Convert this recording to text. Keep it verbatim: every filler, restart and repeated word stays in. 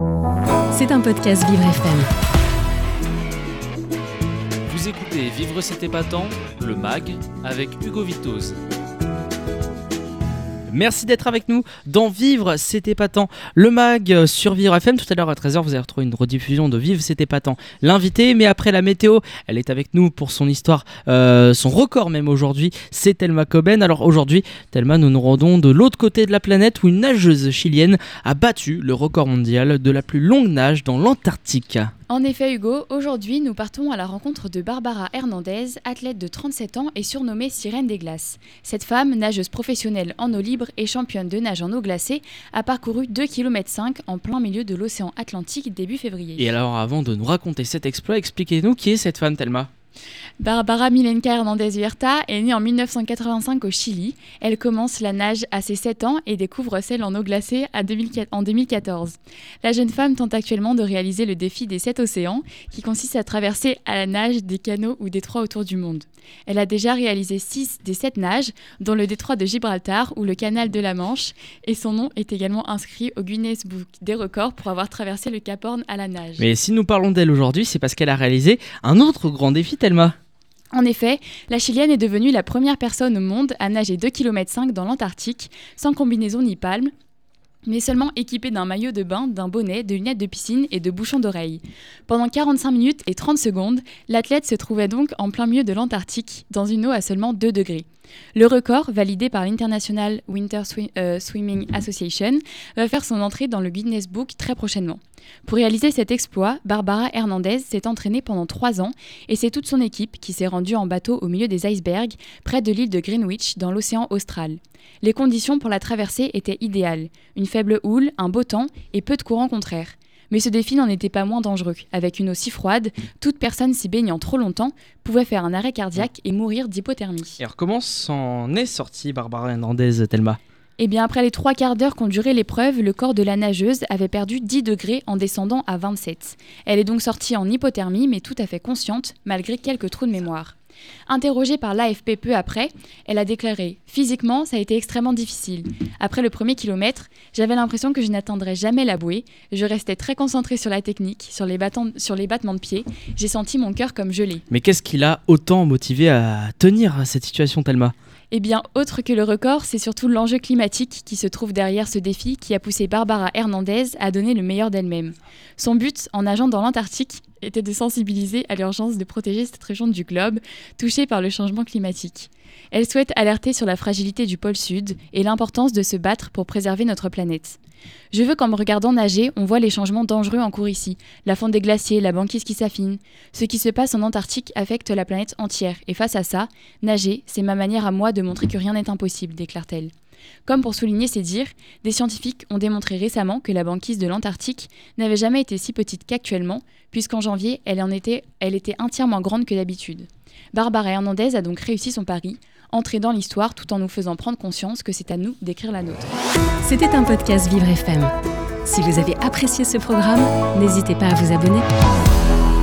C'est un podcast Vivre F M. Vous écoutez Vivre c'est épatant, le mag, avec Hugo Vitoz. Merci d'être avec nous dans Vivre c'est épatant, le mag sur Vivre F M. Tout à l'heure à treize heures, vous allez retrouver une rediffusion de Vivre c'est épatant, l'invité. Mais après la météo, elle est avec nous pour son histoire, euh, son record même aujourd'hui, c'est Thelma Cobben. Alors aujourd'hui, Thelma, nous nous rendons de l'autre côté de la planète où une nageuse chilienne a battu le record mondial de la plus longue nage dans l'Antarctique. En effet Hugo, aujourd'hui nous partons à la rencontre de Barbara Hernandez, athlète de trente-sept ans et surnommée Sirène des glaces. Cette femme, nageuse professionnelle en eau libre et championne de nage en eau glacée, a parcouru deux virgule cinq kilomètres en plein milieu de l'océan Atlantique début février. Et alors avant de nous raconter cet exploit, expliquez-nous qui est cette femme, Thelma. Barbara Milenka Hernandez Huerta est née en dix-neuf cent quatre-vingt-cinq au Chili. Elle commence la nage à ses sept ans et découvre celle en eau glacée en deux mille quatorze. La jeune femme tente actuellement de réaliser le défi des sept océans, qui consiste à traverser à la nage des canaux ou détroits autour du monde. Elle a déjà réalisé six des sept nages, dont le détroit de Gibraltar ou le canal de la Manche, et son nom est également inscrit au Guinness Book des records pour avoir traversé le Cap Horn à la nage. Mais si nous parlons d'elle aujourd'hui, c'est parce qu'elle a réalisé un autre grand défi, Thelma. En effet, la Chilienne est devenue la première personne au monde à nager deux virgule cinq kilomètres dans l'Antarctique, sans combinaison ni palme, mais seulement équipée d'un maillot de bain, d'un bonnet, de lunettes de piscine et de bouchons d'oreilles. Pendant quarante-cinq minutes et trente secondes, l'athlète se trouvait donc en plein milieu de l'Antarctique, dans une eau à seulement deux degrés. Le record, validé par l'International Winter Swi- euh, Swimming Association, va faire son entrée dans le Guinness Book très prochainement. Pour réaliser cet exploit, Barbara Hernandez s'est entraînée pendant trois ans et c'est toute son équipe qui s'est rendue en bateau au milieu des icebergs, près de l'île de Greenwich, dans l'océan Austral. Les conditions pour la traversée étaient idéales, une faible houle, un beau temps et peu de courant contraire. Mais ce défi n'en était pas moins dangereux. Avec une eau si froide, toute personne s'y baignant trop longtemps pouvait faire un arrêt cardiaque et mourir d'hypothermie. Et alors comment s'en est sortie Barbara Hernandez, Thelma ? Eh bien, après les trois quarts d'heure qu'ont duré l'épreuve, le corps de la nageuse avait perdu dix degrés en descendant à vingt-sept. Elle est donc sortie en hypothermie, mais tout à fait consciente, malgré quelques trous de mémoire. Interrogée par l'A F P peu après, elle a déclaré « Physiquement, ça a été extrêmement difficile. Après le premier kilomètre, j'avais l'impression que je n'atteindrais jamais la bouée. Je restais très concentrée sur la technique, sur les, battants, sur les battements de pied. J'ai senti mon cœur comme gelé. » Mais qu'est-ce qui l'a autant motivée à tenir à cette situation, Thelma ? Eh bien, autre que le record, c'est surtout l'enjeu climatique qui se trouve derrière ce défi qui a poussé Barbara Hernandez à donner le meilleur d'elle-même. Son but, en nageant dans l'Antarctique, était de sensibiliser à l'urgence de protéger cette région du globe touchée par le changement climatique. Elle souhaite alerter sur la fragilité du pôle Sud et l'importance de se battre pour préserver notre planète. Je veux qu'en me regardant nager, on voit les changements dangereux en cours ici. La fonte des glaciers, la banquise qui s'affine. Ce qui se passe en Antarctique affecte la planète entière. Et face à ça, nager, c'est ma manière à moi de montrer que rien n'est impossible, déclare-t-elle. Comme pour souligner ses dires, des scientifiques ont démontré récemment que la banquise de l'Antarctique n'avait jamais été si petite qu'actuellement, puisqu'en janvier, elle, en était, elle était un tiers moins grande que d'habitude. Barbara Hernandez a donc réussi son pari, entrer dans l'histoire tout en nous faisant prendre conscience que c'est à nous d'écrire la nôtre. C'était un podcast Vivre F M. Si vous avez apprécié ce programme, n'hésitez pas à vous abonner.